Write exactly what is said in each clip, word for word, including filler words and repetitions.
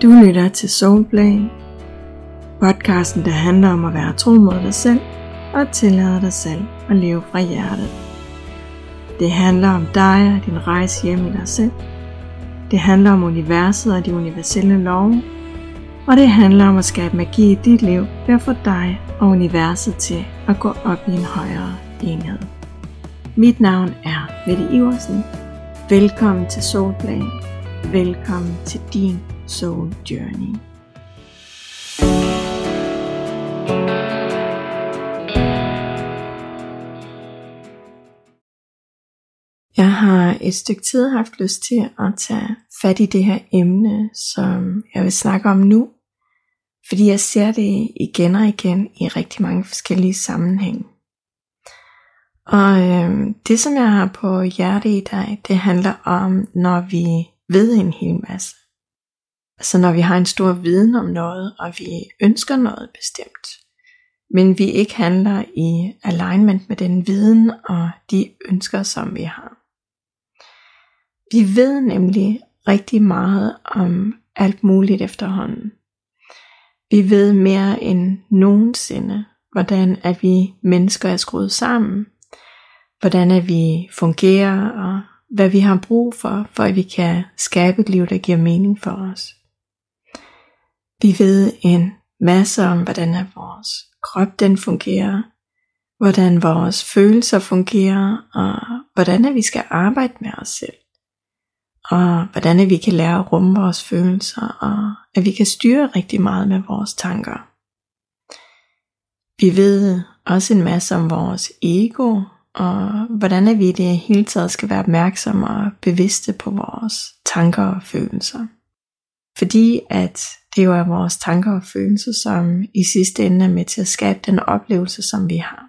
Du lytter til Soulplay, podcasten der handler om at være tro mod dig selv og tillade dig selv at leve fra hjertet. Det handler om dig og din rejse hjem i dig selv. Det handler om universet og de universelle love. Og det handler om at skabe magi i dit liv ved at få dig og universet til at gå op i en højere enhed. Mit navn er Mette Iversen. Velkommen til Soulplay. Velkommen til din Soul Journey. Jeg har et stykke tid haft lyst til at tage fat i det her emne, som jeg vil snakke om nu, fordi jeg ser det igen og igen i rigtig mange forskellige sammenhænge. Og øh, det som jeg har på hjerte i dag, det handler om, når vi ved en hel masse. Altså når vi har en stor viden om noget, og vi ønsker noget bestemt, men vi ikke handler i alignment med den viden og de ønsker, som vi har. Vi ved nemlig rigtig meget om alt muligt efterhånden. Vi ved mere end nogensinde, hvordan at vi mennesker er skruet sammen, hvordan at vi fungerer, og hvad vi har brug for, for at vi kan skabe et liv, der giver mening for os. Vi ved en masse om, hvordan er vores krop den fungerer, hvordan vores følelser fungerer, og hvordan at vi skal arbejde med os selv. Og hvordan at vi kan lære at rumme vores følelser, og at vi kan styre rigtig meget med vores tanker. Vi ved også en masse om vores ego, og hvordan at vi i det hele taget skal være opmærksomme og bevidste på vores tanker og følelser. Fordi at det jo er vores tanker og følelser, som i sidste ende er med til at skabe den oplevelse, som vi har.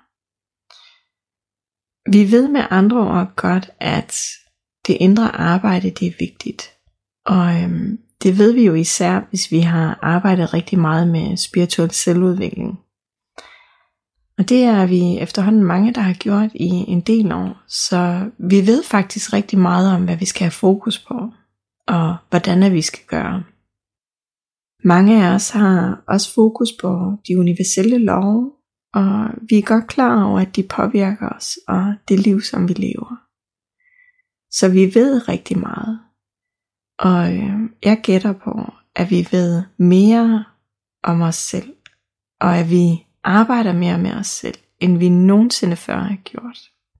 Vi ved med andre ord godt, at det indre arbejde, det er vigtigt. Og øhm, det ved vi jo især, hvis vi har arbejdet rigtig meget med spirituel selvudvikling. Og det er vi efterhånden mange, der har gjort i en del år. Så vi ved faktisk rigtig meget om, hvad vi skal have fokus på, og hvordan vi skal gøre. Mange af os har også fokus på de universelle love, og vi er godt klar over, at de påvirker os og det liv, som vi lever. Så vi ved rigtig meget. Og øh, jeg gætter på, at vi ved mere om os selv, og at vi arbejder mere med os selv, end vi nogensinde før har gjort.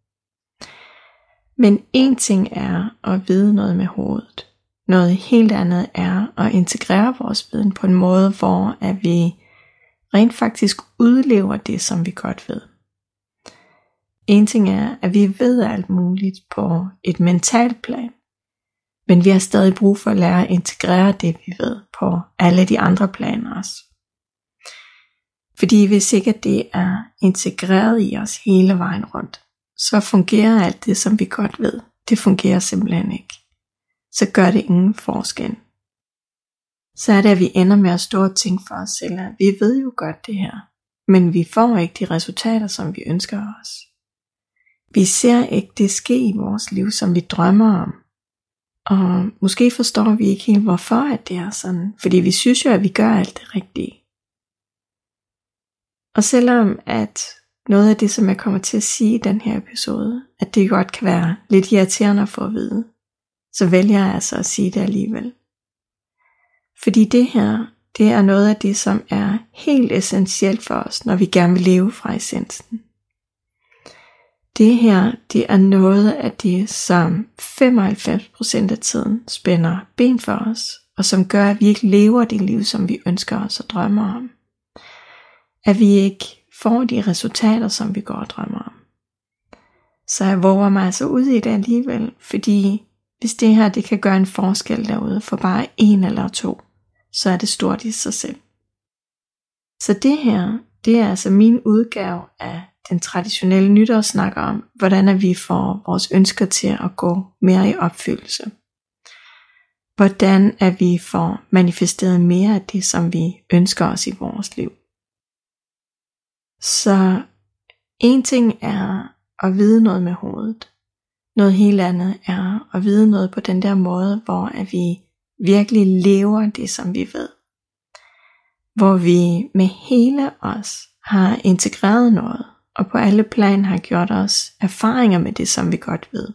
Men en ting er at vide noget med hovedet. Noget helt andet er at integrere vores viden på en måde, hvor at vi rent faktisk udlever det, som vi godt ved. En ting er, at vi ved alt muligt på et mentalt plan, men vi har stadig brug for at lære at integrere det, vi ved på alle de andre planer også. Fordi hvis ikke det er integreret i os hele vejen rundt, så fungerer alt det, som vi godt ved. Det fungerer simpelthen ikke. Så gør det ingen forskel. Så er det, at vi ender med at stå og tænke for os selv, at vi ved jo godt det her, men vi får ikke de resultater, som vi ønsker os. Vi ser ikke det ske i vores liv, som vi drømmer om. Og måske forstår vi ikke helt, hvorfor at det er sådan, fordi vi synes jo, at vi gør alt det rigtige. Og selvom at noget af det, som jeg kommer til at sige i den her episode, at det godt kan være lidt irriterende at få at vide, så vælger jeg altså at sige det alligevel. Fordi det her, det er noget af det, som er helt essentielt for os, når vi gerne vil leve fra essensen. Det her, det er noget af det, som femoghalvfems procent af tiden spænder ben for os, og som gør, at vi ikke lever det liv, som vi ønsker os og drømmer om. At vi ikke får de resultater, som vi går og drømmer om. Så jeg våger mig altså ud i det alligevel, fordi hvis det her det kan gøre en forskel derude for bare en eller to, så er det stort i sig selv. Så det her, det er altså min udgave af den traditionelle nytårssnak om, hvordan at vi får vores ønsker til at gå mere i opfyldelse. Hvordan at vi får manifesteret mere af det, som vi ønsker os i vores liv. Så en ting er at vide noget med hovedet. Noget helt andet er at vide noget på den der måde, hvor at vi virkelig lever det, som vi ved. Hvor vi med hele os har integreret noget, og på alle plan har gjort os erfaringer med det, som vi godt ved.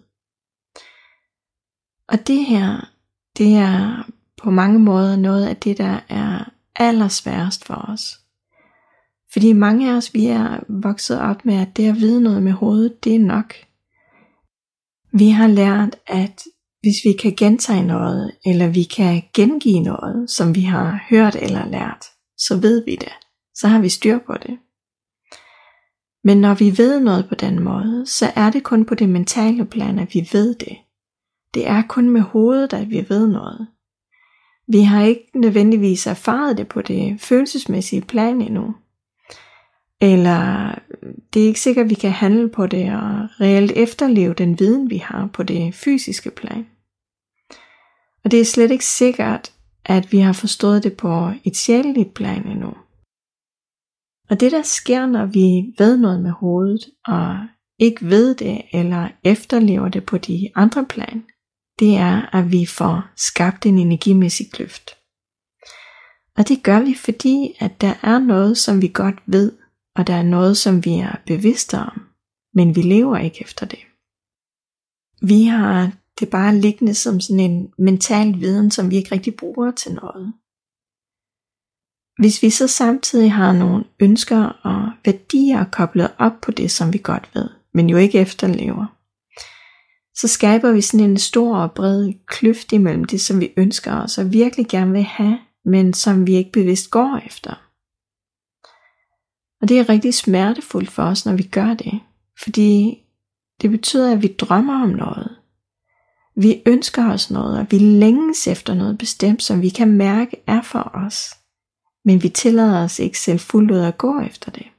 Og det her, det er på mange måder noget af det, der er allersværest for os. Fordi mange af os, vi er vokset op med, at det at vide noget med hovedet, det er nok. Vi har lært, at hvis vi kan gentage noget, eller vi kan gengive noget, som vi har hørt eller lært, så ved vi det. Så har vi styr på det. Men når vi ved noget på den måde, så er det kun på det mentale plan, at vi ved det. Det er kun med hovedet, at vi ved noget. Vi har ikke nødvendigvis erfaret det på det følelsesmæssige plan endnu. Eller det er ikke sikkert, at vi kan handle på det og reelt efterleve den viden, vi har på det fysiske plan. Og det er slet ikke sikkert, at vi har forstået det på et sjæleligt plan endnu. Og det der sker, når vi ved noget med hovedet, og ikke ved det eller efterlever det på de andre plan, det er, at vi får skabt en energimæssig kløft. Og det gør vi, fordi at der er noget, som vi godt ved, og der er noget, som vi er bevidste om, men vi lever ikke efter det. Vi har det bare liggende som sådan en mental viden, som vi ikke rigtig bruger til noget. Hvis vi så samtidig har nogle ønsker og værdier koblet op på det, som vi godt ved, men jo ikke efterlever, så skaber vi sådan en stor og bred kløft imellem det, som vi ønsker os og virkelig gerne vil have, men som vi ikke bevidst går efter. Og det er rigtig smertefuldt for os, når vi gør det, fordi det betyder, at vi drømmer om noget. Vi ønsker os noget, og vi længes efter noget bestemt, som vi kan mærke er for os. Men vi tillader os ikke selv fuldt ud at gå efter det.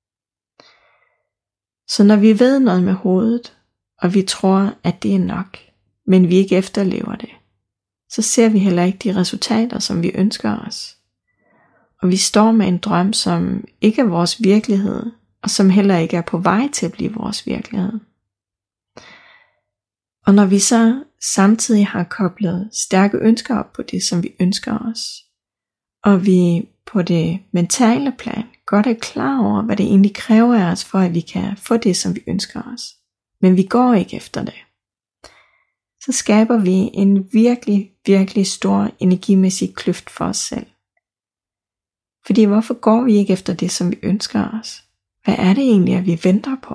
Så når vi ved noget med hovedet, og vi tror, at det er nok, men vi ikke efterlever det, så ser vi heller ikke de resultater, som vi ønsker os. Og vi står med en drøm, som ikke er vores virkelighed, og som heller ikke er på vej til at blive vores virkelighed. Og når vi så samtidig har koblet stærke ønsker op på det, som vi ønsker os, og vi på det mentale plan godt er klar over, hvad det egentlig kræver af os, for at vi kan få det, som vi ønsker os, men vi går ikke efter det, så skaber vi en virkelig, virkelig stor energimæssig kløft for os selv. Fordi hvorfor går vi ikke efter det, som vi ønsker os? Hvad er det egentlig, at vi venter på?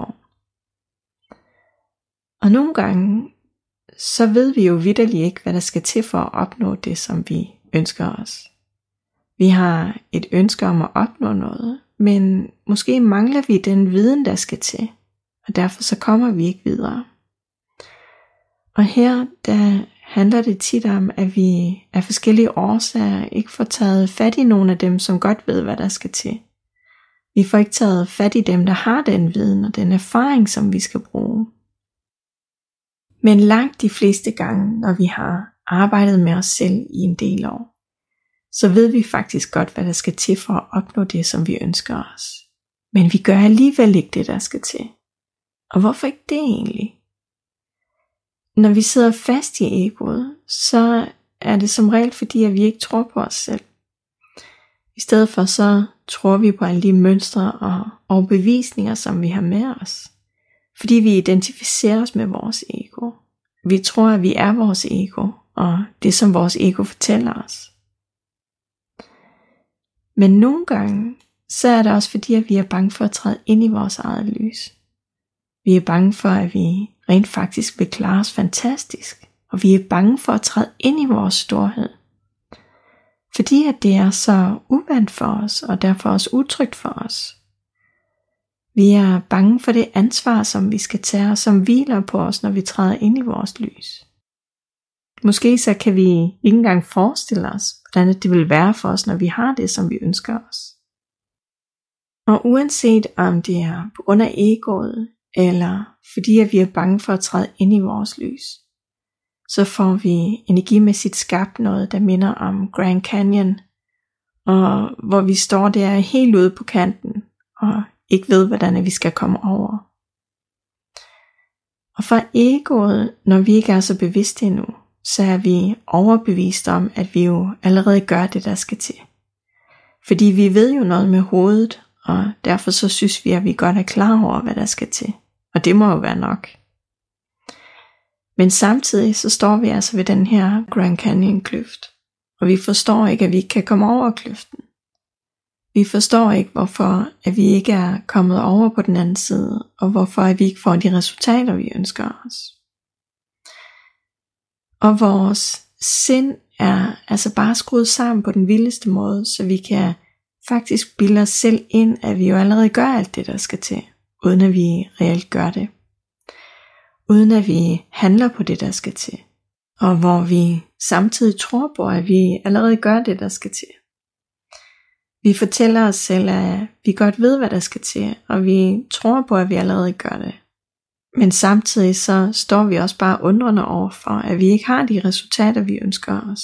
Og nogle gange, så ved vi jo vitterligt ikke, hvad der skal til for at opnå det, som vi ønsker os. Vi har et ønske om at opnå noget, men måske mangler vi den viden, der skal til, og derfor så kommer vi ikke videre. Og her, der handler det tit om, at vi af forskellige årsager ikke får taget fat i nogle af dem, som godt ved, hvad der skal til. Vi får ikke taget fat i dem, der har den viden og den erfaring, som vi skal bruge. Men langt de fleste gange, når vi har arbejdet med os selv i en del år, så ved vi faktisk godt, hvad der skal til for at opnå det, som vi ønsker os. Men vi gør alligevel ikke det, der skal til. Og hvorfor ikke det egentlig? Når vi sidder fast i egoet, så er det som regel fordi, at vi ikke tror på os selv. I stedet for så tror vi på alle de mønstre og overbevisninger, som vi har med os. Fordi vi identificerer os med vores ego. Vi tror, at vi er vores ego, og det som vores ego fortæller os. Men nogle gange, så er det også fordi, at vi er bange for at træde ind i vores eget lys. Vi er bange for, at vi rent faktisk vil klare os fantastisk, og vi er bange for at træde ind i vores storhed. Fordi at det er så uvant for os, og derfor også utrygt for os. Vi er bange for det ansvar, som vi skal tage, og som hviler på os, når vi træder ind i vores lys. Måske så kan vi ikke engang forestille os, hvordan det vil være for os, når vi har det, som vi ønsker os. Og uanset om det er på grund af egoet, eller fordi at vi er bange for at træde ind i vores lys, så får vi energimæssigt skabt noget, der minder om Grand Canyon, og hvor vi står der helt ude på kanten, og ikke ved, hvordan vi skal komme over. Og for egoet, når vi ikke er så bevidste endnu, så er vi overbevist om, at vi jo allerede gør det, der skal til. Fordi vi ved jo noget med hovedet, og derfor så synes vi, at vi godt er klar over, hvad der skal til. Og det må jo være nok. Men samtidig så står vi altså ved den her Grand Canyon kløft, og vi forstår ikke, at vi ikke kan komme over kløften. Vi forstår ikke, hvorfor at vi ikke er kommet over på den anden side, og hvorfor at vi ikke får de resultater, vi ønsker os. Og vores sind er altså bare skruet sammen på den vildeste måde, så vi kan faktisk bilde os selv ind, at vi jo allerede gør alt det, der skal til, uden at vi reelt gør det. Uden at vi handler på det, der skal til. Og hvor vi samtidig tror på, at vi allerede gør det, der skal til. Vi fortæller os selv, at vi godt ved, hvad der skal til, og vi tror på, at vi allerede gør det. Men samtidig så står vi også bare undrende over for, at vi ikke har de resultater, vi ønsker os.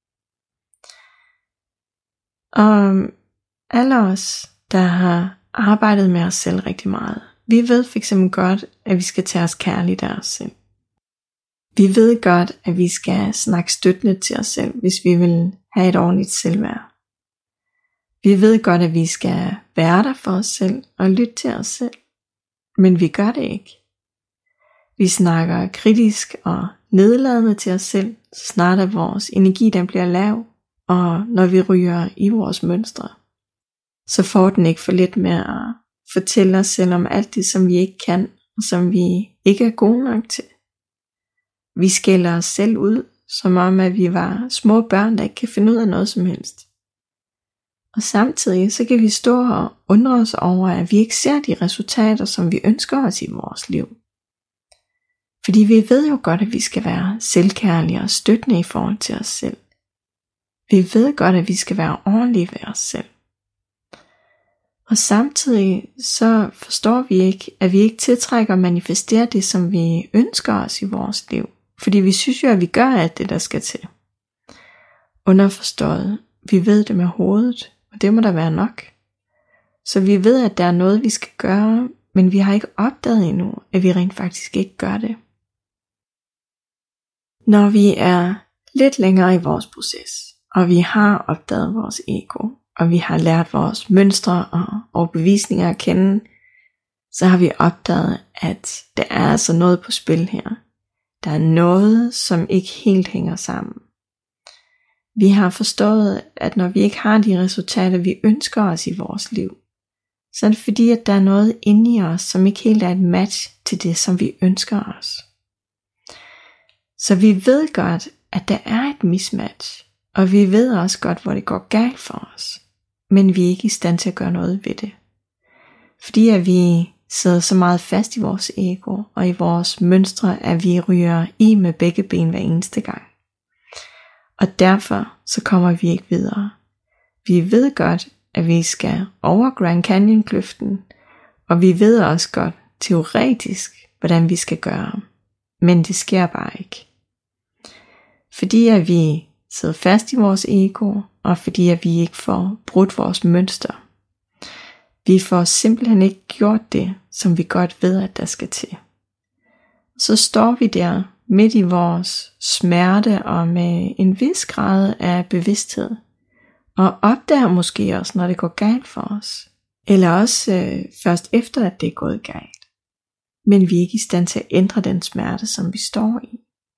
Og alle os, der har arbejdet med os selv rigtig meget, vi ved fx godt, at vi skal tage os kærligt af os selv. Vi ved godt, at vi skal snakke støttende til os selv, hvis vi vil have et ordentligt selvværd. Vi ved godt, at vi skal være der for os selv og lytte til os selv. Men vi gør det ikke. Vi snakker kritisk og nedladende til os selv, så snart at vores energi den bliver lav, og når vi ryger i vores mønstre, så får den ikke for lidt med at fortælle os selv om alt det, som vi ikke kan, og som vi ikke er gode nok til. Vi skælder os selv ud, som om at vi var små børn, der ikke kan finde ud af noget som helst. Og samtidig så kan vi stå og undre os over, at vi ikke ser de resultater, som vi ønsker os i vores liv. Fordi vi ved jo godt, at vi skal være selvkærlige og støttende i forhold til os selv. Vi ved godt, at vi skal være ordentlige ved os selv. Og samtidig så forstår vi ikke, at vi ikke tiltrækker og manifesterer det, som vi ønsker os i vores liv. Fordi vi synes jo, at vi gør alt det, der skal til. Underforstået, vi ved det med hovedet, og det må der være nok. Så vi ved, at der er noget, vi skal gøre, men vi har ikke opdaget endnu, at vi rent faktisk ikke gør det. Når vi er lidt længere i vores proces, og vi har opdaget vores ego, og vi har lært vores mønstre og overbevisninger at kende, så har vi opdaget, at der er altså noget på spil her. Der er noget, som ikke helt hænger sammen. Vi har forstået, at når vi ikke har de resultater, vi ønsker os i vores liv, så er det fordi, at der er noget inde i os, som ikke helt er et match til det, som vi ønsker os. Så vi ved godt, at der er et mismatch, og vi ved også godt, hvor det går galt for os, men vi er ikke i stand til at gøre noget ved det. Fordi at vi sidder så meget fast i vores ego og i vores mønstre, at vi ryger i med begge ben hver eneste gang. Og derfor så kommer vi ikke videre. Vi ved godt, at vi skal over Grand Canyon kløften, og vi ved også godt teoretisk, hvordan vi skal gøre. Men det sker bare ikke. Fordi at vi sidder fast i vores ego, og fordi at vi ikke får brudt vores mønster. Vi får simpelthen ikke gjort det, som vi godt ved, at der skal til. Så står vi der midt i vores smerte og med en vis grad af bevidsthed, og opdager måske også, når det går galt for os. Eller også øh, først efter, at det er gået galt. Men vi er ikke i stand til at ændre den smerte, som vi står i.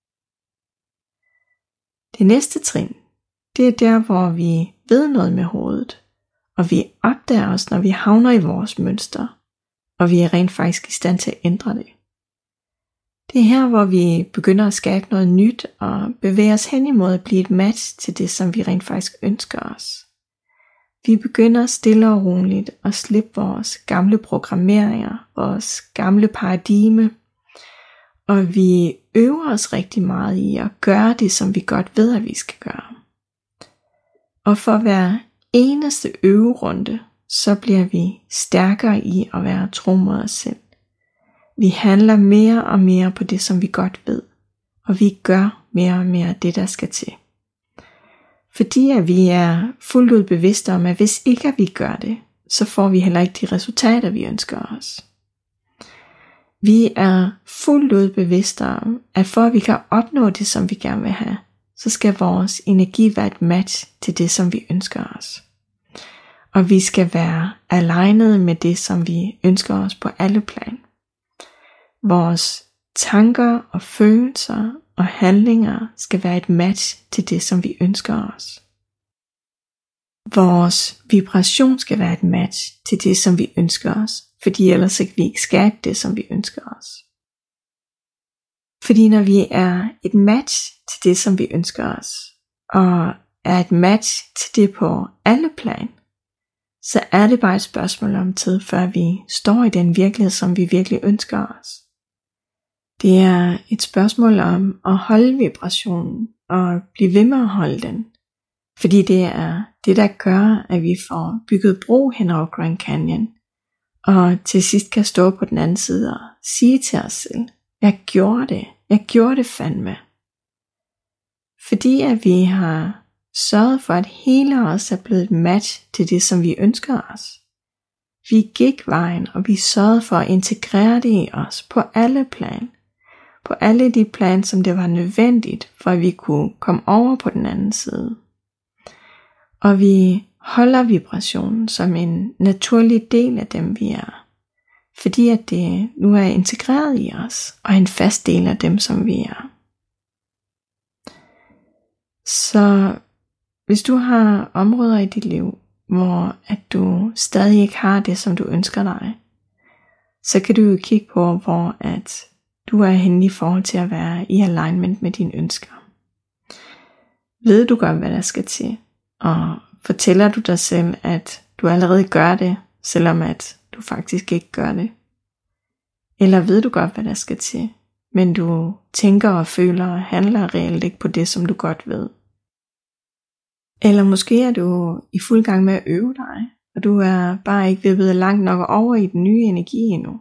Det næste trin, det er der, hvor vi ved noget med hovedet, og vi opdager os, når vi havner i vores mønster, og vi er rent faktisk i stand til at ændre det. Det er her, hvor vi begynder at skabe noget nyt, og bevæge os hen imod at blive et match til det, som vi rent faktisk ønsker os. Vi begynder stille og roligt at slippe vores gamle programmeringer, vores gamle paradigme, og vi øver os rigtig meget i at gøre det, som vi godt ved, at vi skal gøre. Og for hver eneste øverunde, så bliver vi stærkere i at være tro mod os selv. Vi handler mere og mere på det, som vi godt ved, og vi gør mere og mere det, der skal til. Fordi at vi er fuldt ud bevidste om, at hvis ikke at vi gør det, så får vi heller ikke de resultater, vi ønsker os. Vi er fuldt ud bevidste om, at for at vi kan opnå det, som vi gerne vil have, så skal vores energi være et match til det, som vi ønsker os. Og vi skal være alignet med det, som vi ønsker os på alle plan. Vores tanker og følelser og handlinger skal være et match til det, som vi ønsker os. Vores vibration skal være et match til det, som vi ønsker os, fordi ellers kan vi ikke skabe det, som vi ønsker os. Fordi når vi er et match til det, som vi ønsker os, og er et match til det på alle plan, så er det bare et spørgsmål om tid, før vi står i den virkelighed, som vi virkelig ønsker os. Det er et spørgsmål om at holde vibrationen og blive ved med at holde den. Fordi det er det, der gør, at vi får bygget bro hen over Grand Canyon, og til sidst kan stå på den anden side og sige til os selv, jeg gjorde det, jeg gjorde det fandme. Fordi at vi har sørget for, at hele os er blevet et match til det, som vi ønsker os. Vi gik vejen, og vi sørgede for at integrere det i os på alle plan. På alle de plan, som det var nødvendigt, for at vi kunne komme over på den anden side. Og vi holder vibrationen som en naturlig del af dem, vi er. Fordi at det nu er integreret i os, og en fast del af dem, som vi er. Så hvis du har områder i dit liv, hvor at du stadig ikke har det, som du ønsker dig, så kan du jo kigge på, hvor at du er henne i forhold til at være i alignment med dine ønsker. Ved du godt, hvad der skal til? Og fortæller du dig selv, at du allerede gør det, selvom at du faktisk ikke gør det? Eller ved du godt, hvad der skal til, men du tænker og føler og handler reelt ikke på det, som du godt ved? Eller måske er du i fuld gang med at øve dig, og du er bare ikke vippet langt nok over i den nye energi endnu.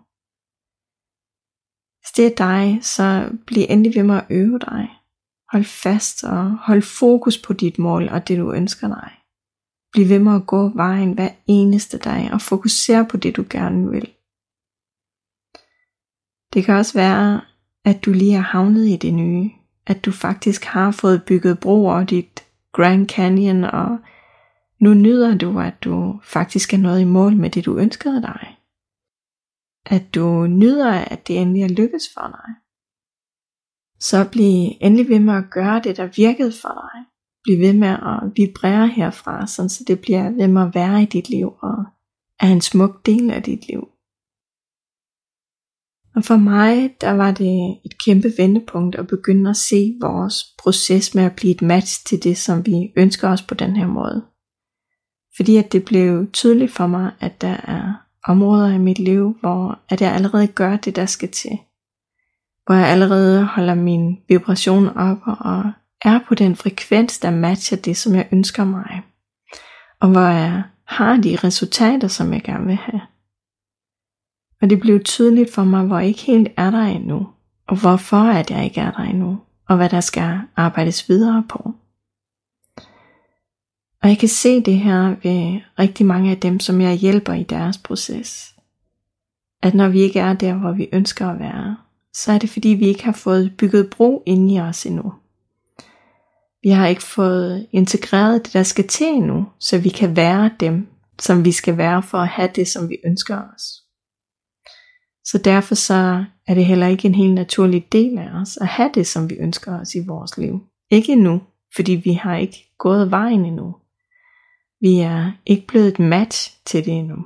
Hvis det er dig, så bliv endelig ved med at øve dig. Hold fast og hold fokus på dit mål og det, du ønsker dig. Bliv ved med at gå vejen hver eneste dag og fokusere på det, du gerne vil. Det kan også være, at du lige er havnet i det nye. At du faktisk har fået bygget bro over dit Grand Canyon, og nu nyder du, at du faktisk er nået i mål med det, du ønskede dig. At du nyder, at det endelig er lykkes for dig. Så bliv endelig ved med at gøre det, der virkede for dig. Bliv ved med at vibrere herfra, så det bliver ved med at være i dit liv, og er en smuk del af dit liv. Og for mig, der var det et kæmpe vendepunkt at begynde at se vores proces med at blive et match til det, som vi ønsker os på den her måde. Fordi at det blev tydeligt for mig, at der er områder i mit liv, hvor at jeg allerede gør det, der skal til. Hvor jeg allerede holder min vibration op og er på den frekvens, der matcher det, som jeg ønsker mig. Og hvor jeg har de resultater, som jeg gerne vil have. Og det blev tydeligt for mig, hvor jeg ikke helt er der endnu. Og hvorfor at jeg ikke er der endnu. Og hvad der skal arbejdes videre på. Og jeg kan se det her ved rigtig mange af dem, som jeg hjælper i deres proces. At når vi ikke er der, hvor vi ønsker at være, så er det fordi, vi ikke har fået bygget bro inde i os endnu. Vi har ikke fået integreret det, der skal til endnu, så vi kan være dem, som vi skal være for at have det, som vi ønsker os. Så derfor så er det heller ikke en helt naturlig del af os at have det, som vi ønsker os i vores liv. Ikke endnu, fordi vi har ikke gået vejen endnu. Vi er ikke blevet et match til det endnu.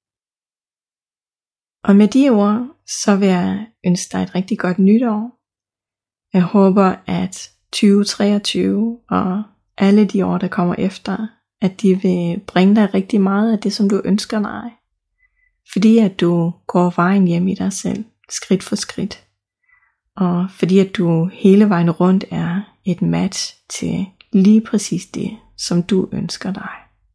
Og med de ord, så vil jeg ønske dig et rigtig godt nytår. Jeg håber, at tyve treogtyve og alle de år, der kommer efter, at de vil bringe dig rigtig meget af det, som du ønsker dig. Fordi at du går vejen hjem i dig selv, skridt for skridt. Og fordi at du hele vejen rundt er et match til lige præcis det, som du ønsker dig.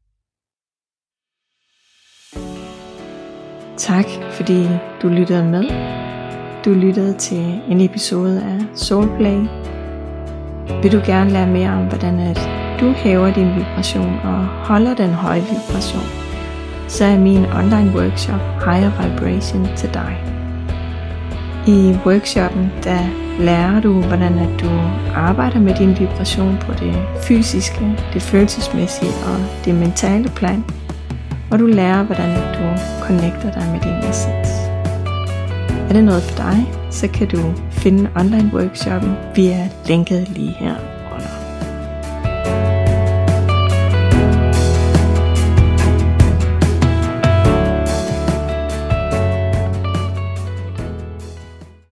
Tak fordi du lyttede med. Du lyttede til en episode af Soulplay. Vil du gerne lære mere om, hvordan at du hæver din vibration og holder den høje vibration, så er min online workshop Higher Vibration til dig. I workshoppen der lærer du, hvordan at du arbejder med din vibration på det fysiske, det følelsesmæssige og det mentale plan. Og du lærer, hvordan at du connecter dig med din essens. Er det noget for dig, så kan du finde online workshoppen via linket lige her.